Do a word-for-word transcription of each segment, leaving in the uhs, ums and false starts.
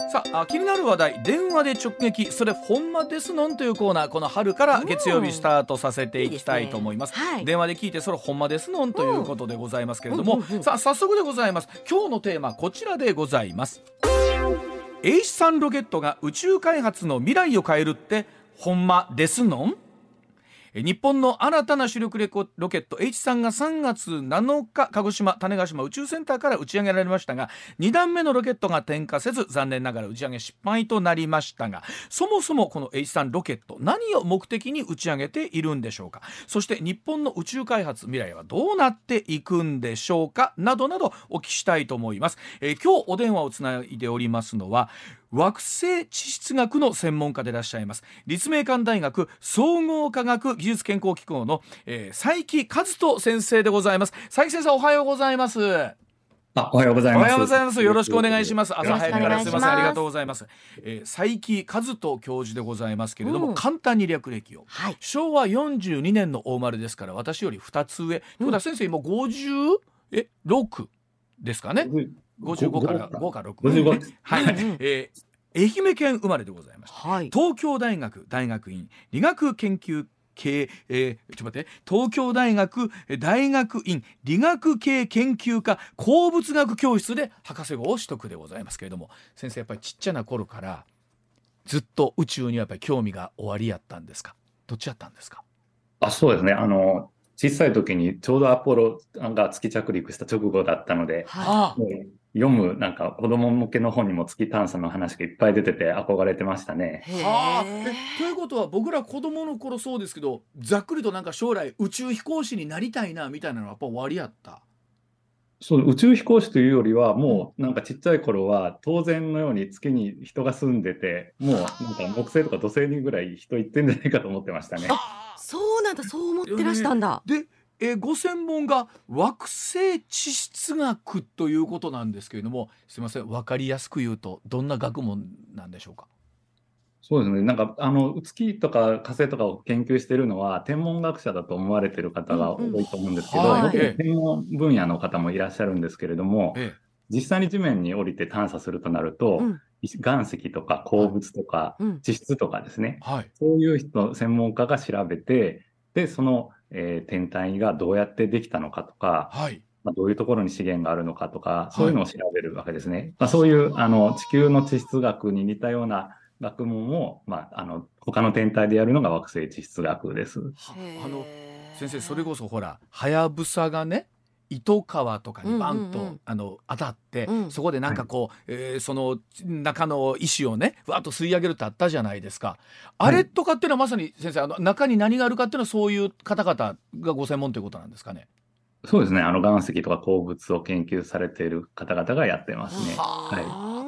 さあ、気になる話題、電話で直撃、それほんまですのんというコーナー、この春から月曜日スタートさせていきたいと思います。 いいですね。はい、 電話で聞いてそれほんまですのんということでございますけれども、 うんうんうんうん、 さあ早速でございます。今日のテーマこちらでございます。 エイチスリー ロケットが宇宙開発の未来を変えるってほんまですのん。日本の新たな主力ロケット エイチスリー がさんがつなのか鹿児島種子島宇宙センターから打ち上げられましたが、にだんめのロケットが点火せず残念ながら打ち上げ失敗となりましたが、そもそもこの エイチスリー ロケット、何を目的に打ち上げているんでしょうか。そして日本の宇宙開発未来はどうなっていくんでしょうか、などなどお聞きしたいと思います。えー、今日お電話をつないでおりますのは惑星地質学の専門家でいらっしゃいます立命館大学総合科学技術健康機構の、えー、佐伯和人先生でございます。佐伯先生、おはようございます。 あ、おはようございます。 おはようございます。よろしくお願いします。朝早くからすみません、ありがとうございます。えー、佐伯和人教授でございますけれども、うん、簡単に略歴を、はい、しょうわよんじゅうにねんのお生まれですから、私よりふたつ上、うん、という先生今ごじゅうろくですかね。ごじゅうごからごかろく、 ごじゅうごです。 はい、えー、愛媛県生まれでございました、はい、東京大学大学院理学研究系、えー、ちょっと待って東京大学大学院理学系研究科鉱物学教室で博士号を取得でございますけれども、先生やっぱりちっちゃな頃からずっと宇宙にはやっぱり興味がおありやったんですか。どっちやったんですか。 あ、そうですね、あの小さい時にちょうどアポロが月着陸した直後だったので、はあ、読むなんか子供向けの本にも月探査の話がいっぱい出てて憧れてましたね。 はあ、えということは僕ら子供の頃そうですけど、ざっくりとなんか将来宇宙飛行士になりたいなみたいなのはやっぱ終わりやった。 そう宇宙飛行士というよりはもうなんかちっちゃい頃は当然のように月に人が住んでて、もうなんか木星とか土星にぐらい人行ってんじゃないかと思ってましたね。 あ、そうなんだ、そう思ってらしたんだ。 でえー、ご専門が惑星地質学ということなんですけれども、すいません、分かりやすく言うとどんな学問なんでしょうか。 そうですね、なんかあの月とか火星とかを研究しているのは天文学者だと思われている方が多いと思うんですけど、うんうん、もちろん天文分野の方もいらっしゃるんですけれども、ええ、実際に地面に降りて探査するとなると、うん、岩石とか鉱物とか地質とかですね、はい、そういう人専門家が調べて、でその、えー、天体がどうやってできたのかとか、はい、まあ、どういうところに資源があるのかとか、そういうのを調べるわけですね。はい、まあ、そういうあの地球の地質学に似たような学問を、まあ、あの他の天体でやるのが惑星地質学です。 あの先生、それこそほらはやぶさがね糸川とかにバンと、うんうんうん、あの当たって、うん、そこでなんかこう、はい、えー、その中の石をねふわっと吸い上げるってあったじゃないですか。あれとかっていうのはまさに先生、あの中に何があるかっていうのはそういう方々がご専門ということなんですかね。 そうですね、あの岩石とか鉱物を研究されている方々がやってますね。はい、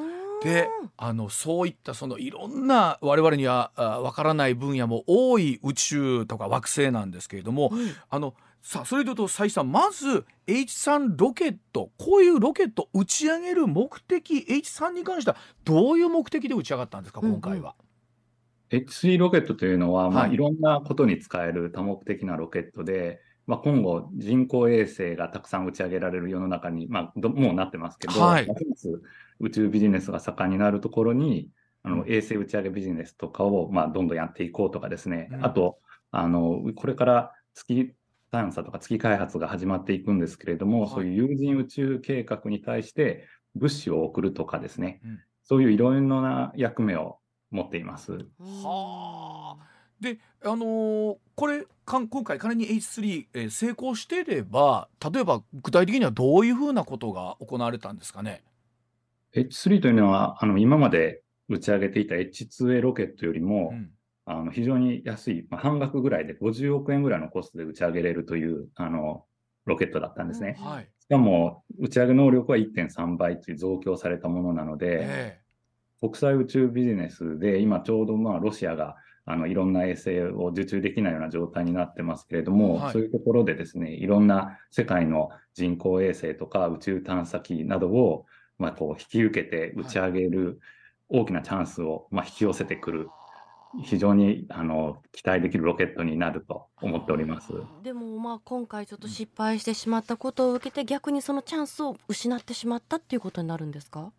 であのそういったそのいろんな我々にはわからない分野も多い宇宙とか惑星なんですけれども、うん、あのさあそれでいうと佐伯さん、まず エイチスリー ロケット、こういうロケット打ち上げる目的、 エイチスリー に関してはどういう目的で打ち上がったんですか、今回は。 うんうん、エイチスリー ロケットというのは、まあ、いろんなことに使える多目的なロケットで、まあ、今後人工衛星がたくさん打ち上げられる世の中に、まあ、どもうなってますけど、はい、宇宙ビジネスが盛んになるところにあの、うん、衛星打ち上げビジネスとかを、まあ、どんどんやっていこうとかですね、うん、あとあのこれから月探査とか月開発が始まっていくんですけれども、はい、そういう有人宇宙計画に対して物資を送るとかですね、うん、そういういろいろな役目を持っています。 はあ。で、あのー、これ今回仮に エイチスリー、えー、成功していれば、例えば具体的にはどういうふうなことが行われたんですかね。 エイチスリー というのはあの今まで打ち上げていた エイチツーエー ロケットよりも、うん、あの非常に安い、まあ、半額ぐらいでごじゅうおくえんぐらいのコストで打ち上げれるというあのロケットだったんですね。うん、はい、しかも打ち上げ能力は いってんさんばいという増強されたものなので、えー、国際宇宙ビジネスで今ちょうどまあロシアがあのいろんな衛星を受注できないような状態になってますけれども、はい、そういうところでですね、いろんな世界の人工衛星とか宇宙探査機などを、まあ、こう引き受けて打ち上げる大きなチャンスを、まあ、引き寄せてくる、非常にあの期待できるロケットになると思っております。 でもまあ今回ちょっと失敗してしまったことを受けて、逆にそのチャンスを失ってしまったっていうことになるんですか？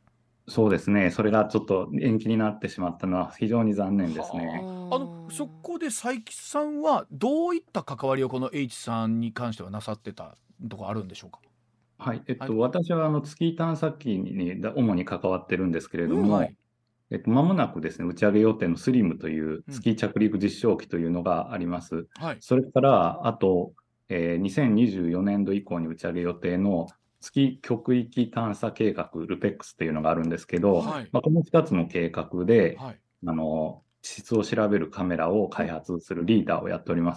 そうですね。それがちょっと延期になってしまったのは非常に残念ですね。 あのそこで佐伯さんはどういった関わりをこの H さんに関してはなさってたところあるんでしょうか。 はい、えっと、 はい、 私はあの月探査機に主に関わってるんですけれども、 うんはい、 えっと、間もなくですね、打ち上げ予定のスリムという月着陸実証機というのがあります。うん、 はい、 それから、あと、えー、にせんにじゅうよねんど以降に打ち上げ予定の月極域探査計画、ルペックスというのがあるんですけど、はい、まあ、このふたつの計画で、はい、あの地質を調べるカメラを開発するリーダーをやっております。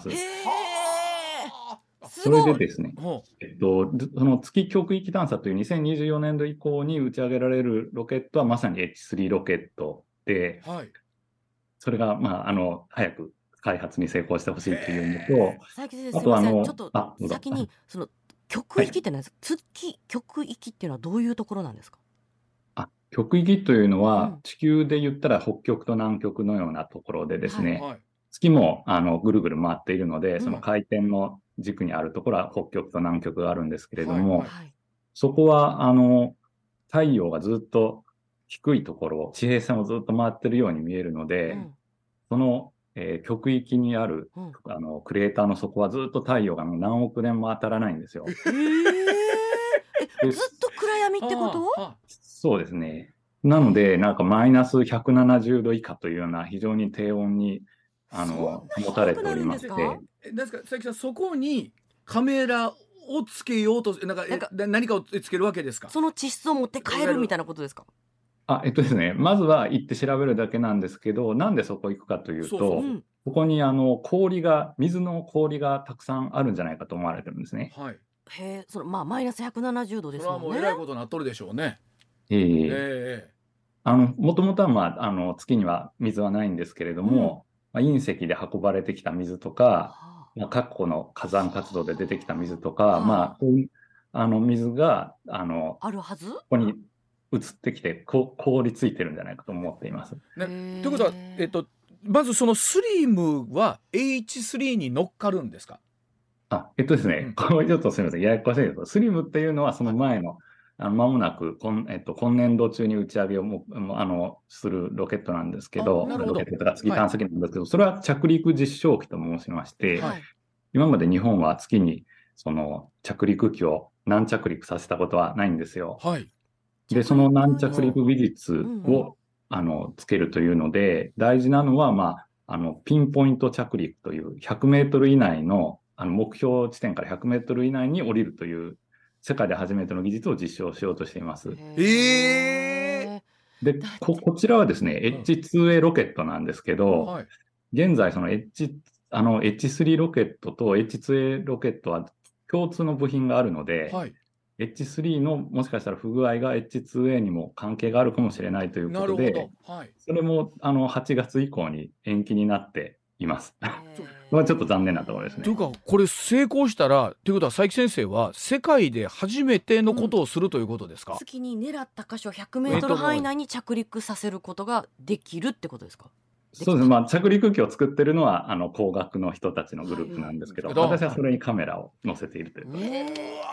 それでですね、えっと、その月極域探査というにせんにじゅうよねんど以降に打ち上げられるロケットはまさに エイチスリー ロケットで、はい、それが、まあ、あの早く開発に成功してほしいというのと、 佐伯先生、すみません、ちょっと先にその極域って何ですか、はい、月極域っていうのはどういうところなんですか。 あ、極域というのは、うん、地球で言ったら北極と南極のようなところでですね、はい、月もあのぐるぐる回っているので、その回転の軸にあるところは北極と南極があるんですけれども、はいはい、そこはあの太陽がずっと低いところ、地平線をずっと回ってるように見えるので、うん、その、えー、極域にある、うん、あのクレーターの底はずっと太陽が何億年も当たらないんですよ。 えー、ずっと暗闇ってこと？ そうですね。なので、なんかマイナスひゃくななじゅうど以下というような非常に低温にあの保たれておりまして、 ですから佐伯さん、そこにカメラをつけようとなんかなんか何かをつけるわけですか。 その地質を持って帰るみたいなことですか。 あ、えっとですね、まずは行って調べるだけなんですけど、なんでそこ行くかというと、そうそう、うん、ここにあの氷が水の氷がたくさんあるんじゃないかと思われてるんですね。 はい。 へえ、そのまあマイナスひゃくななじゅうどですもんね。 それはもうえらいことになっとるでしょうね。 えー、えーあの、もともとは、まあ、あの、月には水はないんですけれども、うん、まあ、隕石で運ばれてきた水とか、はあ、まあ、過去の火山活動で出てきた水とか、はあ、まあ、こういう、あの、水が、あの、 あるはず？ ここに移ってきて、こ凍りついてるんじゃないかと思っています。 ね、ということは、えっと、まずそのスリムは エイチスリー に乗っかるんですか？ あ、えっとですね、うん、これちょっとすみません、ややこしいですけど、スリムっていうのはその前の、はい、あの間もなく今、えっと、今年度中に打ち上げをもあのするロケットなんですけど、ロケットとか月探査機なんですけど、はい、それは着陸実証機と申しまして、はい、今まで日本は月にその着陸機を軟着陸させたことはないんですよ。はい、で、その軟着陸技術を、うんうん、あのつけるというので、大事なのは、まあ、あのピンポイント着陸というひゃくメートル以内の、あの目標地点からひゃくメートル以内に降りるという世界で初めての技術を実証しようとしています。 えー、で こ, こちらはですね、エイチツーエー ロケットなんですけど、はい、現在その H あの エイチスリー ロケットと エイチツーエー ロケットは共通の部品があるので、はい、エイチスリー のもしかしたら不具合が エイチツーエー にも関係があるかもしれないということで、はい、それもあのはちがつ以降に延期になっています。まあちょっと残念なところですね。 というか、これ成功したらということは佐伯先生は世界で初めてのことをするということですか。うん、 月に狙った箇所ひゃくメートル範囲内に着陸させることができるってことですか。 そうですね、まあ、着陸機を作ってるのはあの工学の人たちのグループなんですけど、はい、私はそれにカメラを載せているという、え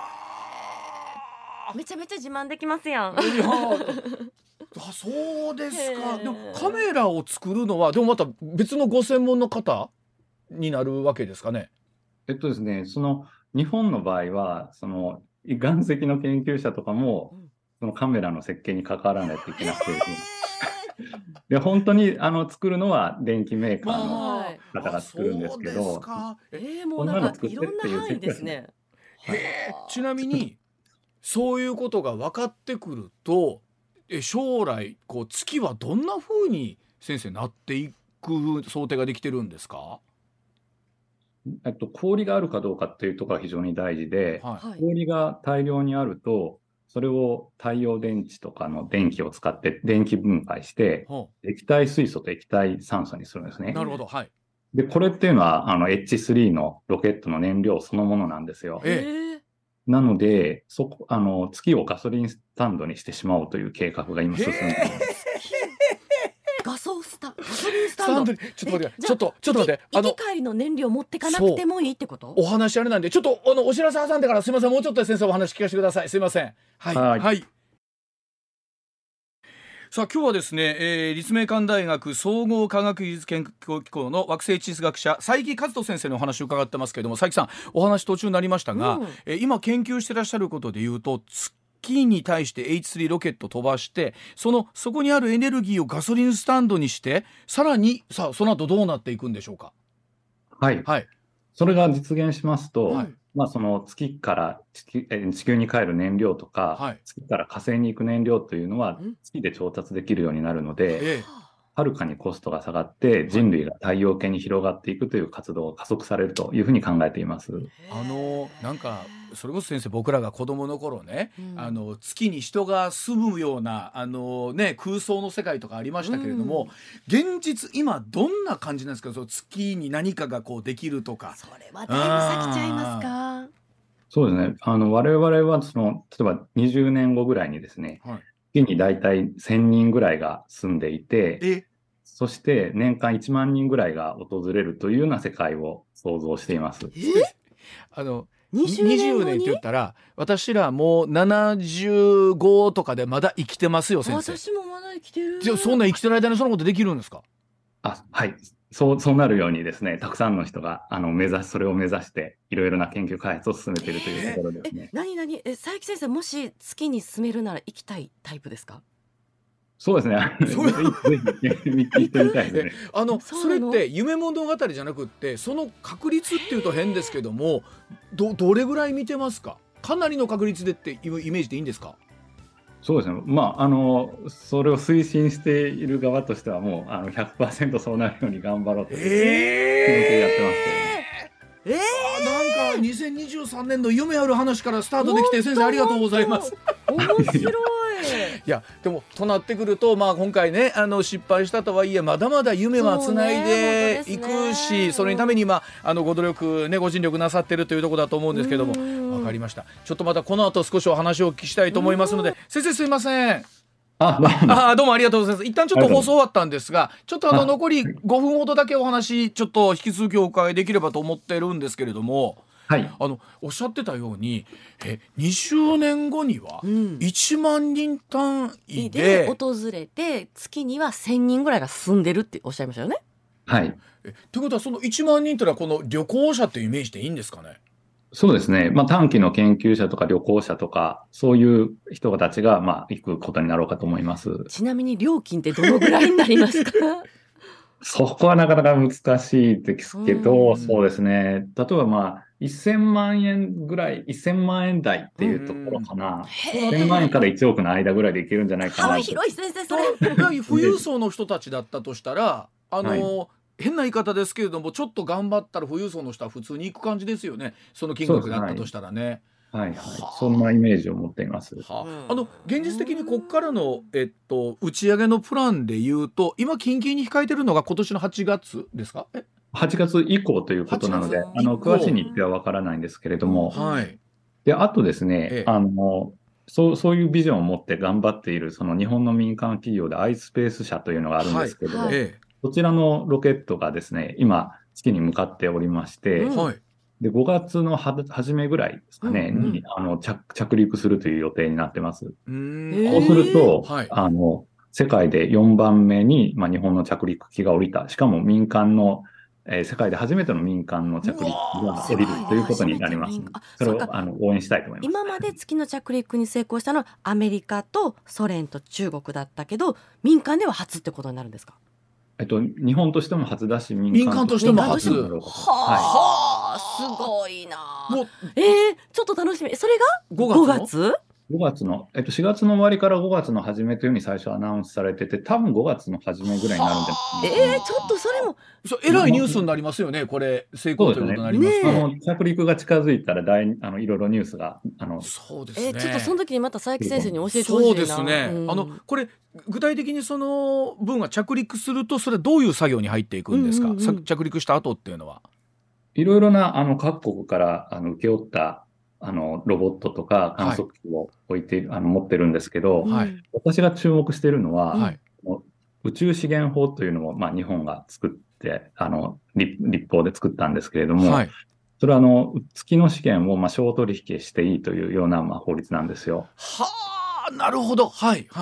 ー、めちゃめちゃ自慢できますやん。 いやあ、そうですか。でもカメラを作るのはでもまた別のご専門の方になるわけですかね。 えっとですね、その日本の場合はその岩石の研究者とかも、うん、そのカメラの設計に関わらないといけなくて、えーで本当にあの作るのは電機メーカーの方が作るんですけど、 まあ、えー、もうなんかいろんな範囲ですね。 ちなみにそういうことが分かってくると、え将来こう月はどんな風に先生なっていく想定ができてるんですか。 えっと、氷があるかどうかっていうところが非常に大事で、はい、氷が大量にあるとそれを太陽電池とかの電気を使って電気分解して、液体水素と液体酸素にするんですね。 なるほど、はい。 で、これっていうのは、あの、エイチスリー のロケットの燃料そのものなんですよ。ええ、なので、そこ、あの、月をガソリンスタンドにしてしまおうという計画が今進んでいます。 ガソスタ、ガソリンスタンド。 ちょっと待って、ちょっと、ちょっと待って。 行き帰りの燃料持ってかなくてもいいってこと？ お話あれなんで、ちょっと、あの、お知らせ挟んでからすいません。もうちょっと先生お話聞かせてください。すいません。はい。はい。はい、 さあ今日はですね、えー、立命館大学総合科学技術研究機構の惑星地質学者佐伯和人先生のお話を伺ってますけれども、佐伯さんお話途中になりましたが、うん、えー、今研究してらっしゃることでいうと月に対して エイチスリー ロケット飛ばしてそのそこにあるエネルギーをガソリンスタンドにしてさらにさあその後どうなっていくんでしょうか。 はい、はい、それが実現しますと、はい、まあ、その月から地球、え地球に帰る燃料とか、はい、月から火星に行く燃料というのは月で調達できるようになるので、ええ、はるかにコストが下がって人類が太陽系に広がっていくという活動が加速されるというふうに考えています。 あのなんかそれこそ先生僕らが子供の頃ね、うん、あの月に人が住むようなあの、ね、空想の世界とかありましたけれども、うん、現実今どんな感じなんですか。その月に何かがこうできるとか。 それはだいぶ先ちゃいますか。 そうですね。あの我々はその例えばにじゅうねんごぐらいにですね、はい、月にだいたいせんにんぐらいが住んでいて、えそして年間いちまんにんぐらいが訪れるというような世界を想像しています。 えあのにじゅうねんって言ったら私らもうななじゅうごとかでまだ生きてますよ先生。 私もまだ生きてる。 じゃあそんな生きてる間にそのことできるんですか。 あ、はい、そう、そうなるようにですね、たくさんの人があの目指しそれを目指していろいろな研究開発を進めているというところですね。 え、何何え佐伯先生もし月に住めるなら行きたいタイプですか。 そうですね。ぜひ行ってみたいですね。 あのそれって夢物語じゃなくってその確率っていうと変ですけども ど, どれぐらい見てますか。かなりの確率でっていうイメージでいいんですか。 そうですね。まああのそれを推進している側としてはもうあの ひゃくパーセント そうなるように頑張ろうという気持ちでやってますけどね。 えー、なんかにせんにじゅうさんねんの夢ある話からスタートできて先生ありがとうございます。 面白い。 いやでもとなってくると、まあ、今回ねあの失敗したとはいえまだまだ夢はつないでいくし そ,、ね、それにために、まあ、あのご努力、ね、ご尽力なさってるというところだと思うんですけども、わかりました。ちょっとまたこの後少しお話をお聞きしたいと思いますので先生すいません。 ああどうもありがとうございます。一旦ちょっと放送終わったんですがちょっとあの残りごふんほどだけお話ちょっと引き続きお伺いできればと思ってるんですけれども、はい、あのおっしゃってたようにえにじゅうねんごにはいちまんにん単位で、 うん、で訪れて月にはせんにんぐらいが住んでるっておっしゃいましたよね。 はい。 えということはそのいちまんにんというのはこの旅行者というイメージでいいんですかね。 そうですね。まあ、短期の研究者とか旅行者とかそういう人たちがまあ行くことになろうかと思います。 ちなみに料金ってどのぐらいになりますか。 そこはなかなか難しいですけど、そうですね。例えばまあせんまんえんぐらい、せんまんえん台っていうところかな。せんまんえんからいちおくの間ぐらいでいけるんじゃないかな。 幅広い先生それ。 富裕層の人たちだったとしたら、あの、はい、変な言い方ですけれどもちょっと頑張ったら富裕層の人は普通に行く感じですよね。その金額だったとしたらね。 はいはい、そんなイメージを持っています。 はあ、あの現実的にここからの、えっと、打ち上げのプランでいうと今近々に控えてるのが今年のはちがつですか。えはちがつ以降ということなのであの詳しい日程はわからないんですけれども、 はい、 であとですね、ええ、あのそうそういうビジョンを持って頑張っているその日本の民間企業で iSpace 社というのがあるんですけど、はいはい、そちらのロケットがですね今月に向かっておりまして、うん、はいでごがつのは初めぐらいですかね、うんうん、にあの 着, 着陸するという予定になってます。うーんそうすると、はい、あの世界でよんばんめに、まあ、日本の着陸機が降りた、しかも民間の、えー、世界で初めての民間の着陸機が降りるということになります。それをあの応援したいと思います。 今まで月の着陸に成功したのはアメリカとソ連と中国だったけど民間では初ってことになるんですか。 えっと、日本としても初だし民間, 民間としても初。はあ、すごいな。もうえー、ちょっと楽しみ。それがごがつごがつの、えっと、しがつの終わりからごがつの初めというふうに最初アナウンスされてて多分ごがつの初めぐらいになるんじゃないですか、ね。えー、ちょっとそれもえらいニュースになりますよね。これ成功ということになりますね。 あの着陸が近づいたら大あのいろいろニュースがあのそうですね、 えー、ちょっとその時にまた佐伯先生に教えてほしいな。 そうですね、うん、あのこれ具体的にその分は着陸するとそれはどういう作業に入っていくんですか、うんうんうん、着陸した後っていうのは。 いろいろなあの各国からあの請け負ったあのロボットとか観測機を置いて、はい、あの持ってるんですけど、はい、私が注目しているのは、はい、宇宙資源法というのを、まあ、日本が作ってあの 立, 立法で作ったんですけれども、はい、それはあの月の資源をまあ商取引していいというようなまあ法律なんですよ。 はあ、なるほど。はいはい。 で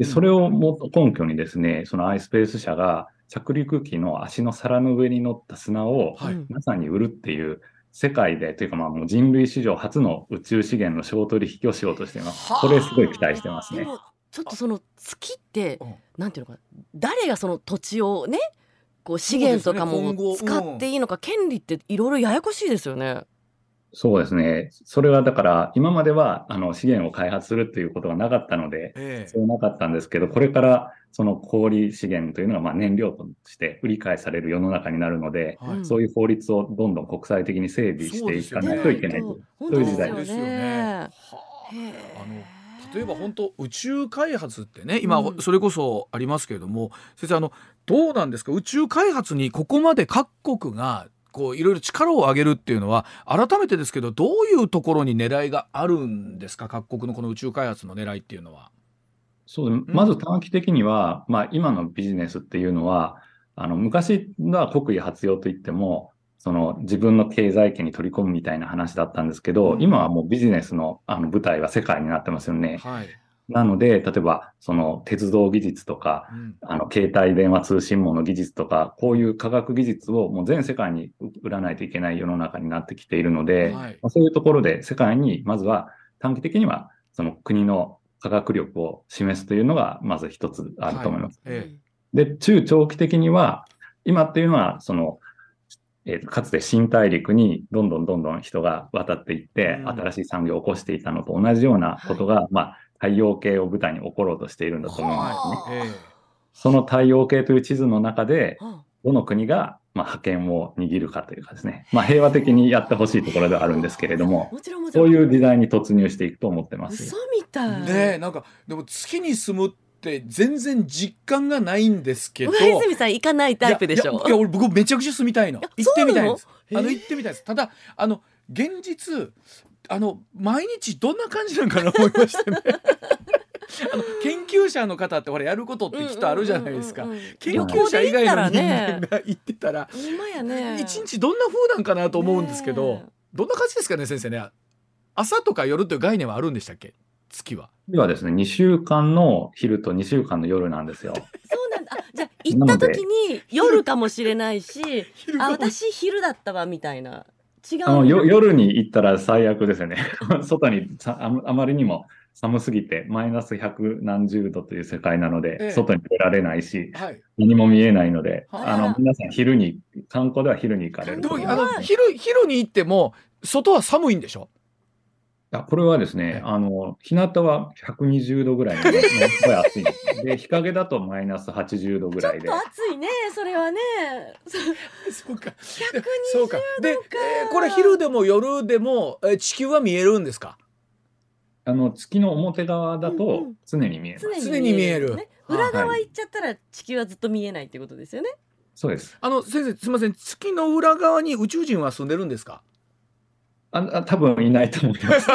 でそれをも根拠にですね、その iSpace 社が着陸機の足の皿の上に乗った砂を ナサ に売るっていう、世界でというか、まあもう人類史上初の宇宙資源の商取引をしようとしています。これすごい期待してますね。 でもちょっとその月ってなんていうのかな、誰がその土地をねこう資源とかも使っていいのか、権利っていろいろややこしいですよね。 そうですね。それはだから今まではあの資源を開発するということがなかったので、ええ、そうなかったんですけど、これからその氷資源というのがまあ燃料として売り買いされる世の中になるので、はい、そういう法律をどんどん国際的に整備していかないといけないという、そういう時代ですよね。 はあ、あの例えば本当宇宙開発ってね、今それこそありますけれども、うん、先生あのどうなんですか、宇宙開発にここまで各国がこういろいろ力を上げるっていうのは、改めてですけどどういうところに狙いがあるんですか、各国のこの宇宙開発の狙いっていうのは。 そう、まず短期的には、うん、まあ、今のビジネスっていうのはあの昔は国威発揚といってもその自分の経済圏に取り込むみたいな話だったんですけど、うん、今はもうビジネスの、あの舞台は世界になってますよね。はい、なので、例えば、その鉄道技術とか、うん、あの、携帯電話通信網の技術とか、こういう科学技術をもう全世界に売らないといけない世の中になってきているので、はい、まあ、そういうところで世界に、まずは短期的には、その国の科学力を示すというのが、まず一つあると思います。はい、ええ、で、中長期的には、今っていうのは、その、えー、かつて新大陸にどんどんどんどん人が渡っていって、うん、新しい産業を起こしていたのと同じようなことが、はい、まあ、太陽系を舞台に起ころうとしているんだと思いますね。はい、その太陽系という地図の中で、どの国が、まあ、覇権を握るかというかですね、まあ、平和的にやってほしいところではあるんですけれども、もちろんもちろんそういう時代に突入していくと思ってます。 嘘みたい。 ねえ、なんか、でも月に住むって全然実感がないんですけど。 上泉さん行かないタイプでしょ。 いや、いや俺僕めちゃくちゃ住みたいの。行ってみたいです。あの行ってみたいです。ただ、あの、現実、あの、毎日どんな感じなんかな思いましてね。あの研究者の方ってほらやることってきっとあるじゃないですか。研究者以外の人間が行ってたら一日どんな風なんかなと思うんですけど、どんな感じですかね先生ね。朝とか夜という概念はあるんでしたっけ、月は。 ではですね、にしゅうかんの昼とにしゅうかんの夜なんですよ。 そうなんだ。あ、じゃあ行った時に夜かもしれないし、あ、私昼だったわみたいな。違う。 あのよ夜に行ったら最悪ですよね。外にさ あ, あまりにも寒すぎてマイナス百何十度という世界なので、ええ、外に出られないし、はい、何も見えないので、あの皆さん昼に観光では昼に行かれる。 あの 昼, 昼に行っても外は寒いんでしょ。 これはですね、あの日向はひゃくにじゅうどぐらいの、ね、すごい暑いんです。で、日陰だとマイナスはちじゅうどぐらいで。 ちょっと暑いね、それはね。 そうか。 ひゃくにじゅうどか。 で、えー、これ昼でも夜でも、えー、地球は見えるんですか？ あの月の表側だと常に見えます。うんうん、 常に見える。 ね、裏側行っちゃったら地球はずっと見えないってことですよね。 そうです。 あの先生すみません、月の裏側に宇宙人は住んでるんですか？ あ、多分いないと思います。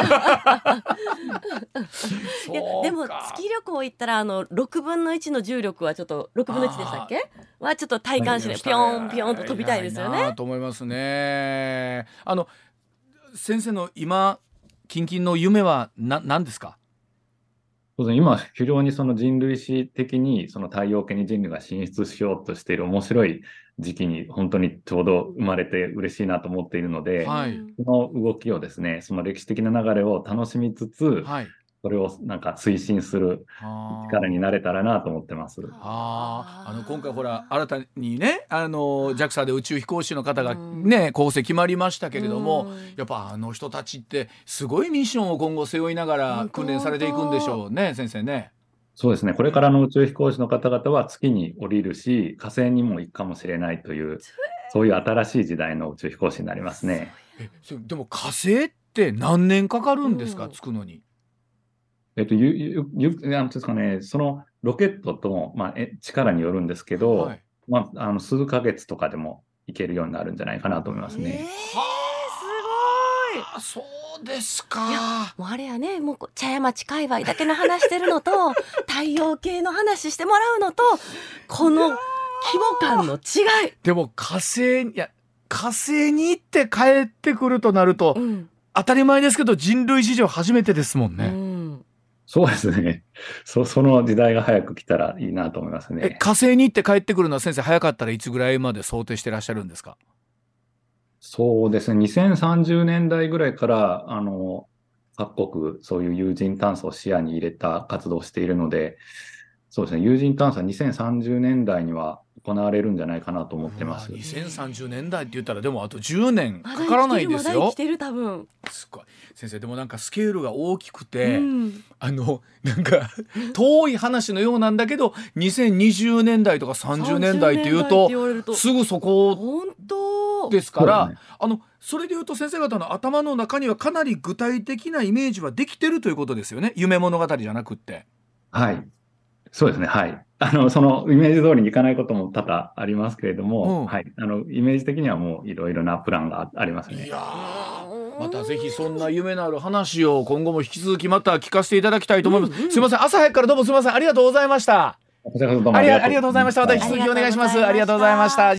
いやでも月旅行行ったらあのろくぶんのいちの重力はちょっとろくぶんのいちでしたっけはちょっと体感しないピョンピョンと飛びたいですよね。 なと思いますね。あの先生の今近々の夢はな何ですか？ そうですね、今非常にその人類史的にその太陽系に人類が進出しようとしている面白い時期に本当にちょうど生まれて嬉しいなと思っているので、はい、その動きをですね、その歴史的な流れを楽しみつつ、はい、それをなんか推進する力になれたらなと思ってます。 ああの今回ほら新たにね、あの ジャクサ で宇宙飛行士の方がね構成決まりましたけれども、やっぱあの人たちってすごいミッションを今後背負いながら訓練されていくんでしょうね、先生ね。 そうですね、これからの宇宙飛行士の方々は月に降りるし火星にも行くかもしれないという、そういう新しい時代の宇宙飛行士になりますね。 えでも火星って何年かかるんですか、うん、着くのに。 えっと、ゆゆゆなんですかね、そのロケットと、まあ、え力によるんですけど、はい、まあ、あの数ヶ月とかでも行けるようになるんじゃないかなと思いますね。 えー、 すごい。そうですか。 いやもうあれやね、もう茶屋町界隈だけの話してるのと太陽系の話してもらうのとこの規模感の違い。 でも火星いや火星に行って帰ってくるとなると、うん、当たり前ですけど人類史上初めてですもんね。うんそうですね。そ、その時代が早く来たらいいなと思いますね。 え、火星に行って帰ってくるのは先生早かったらいつぐらいまで想定してらっしゃるんですか？ そうですね。にせんさんじゅうねんだいぐらいから、あの、各国、そういう有人探査を視野に入れた活動をしているので、そうですね。有人探査にせんさんじゅうねんだいには行われるんじゃないかなと思ってます。 にせんさんじゅうねんだいって言ったらでもあとじゅうねんまかからないですよ。 だ生きてる、まだ生きてる多分。 すごい先生、でもなんかスケールが大きくて、 うん、 あのなんか遠い話のようなんだけどにせんにじゅうねんだいとかさんじゅうねんだいっていうとすぐそこ本当ですから、 ね、 あのそれでいうと先生方の頭の中にはかなり具体的なイメージはできてるということですよね。夢物語じゃなくって。 はい、そうですね。はい。あの、そのイメージ通りにいかないことも多々ありますけれども、 うん、 はい。あの、イメージ的にはもういろいろなプランがありますね。 いやー、またぜひそんな夢のある話を今後も引き続きまた聞かせていただきたいと思います。うんうん、すいません。朝早くからどうもすいません。ありがとうございました。 こちらこそどうもありがとうございました。また引き続きお願いします。ありがとうございました。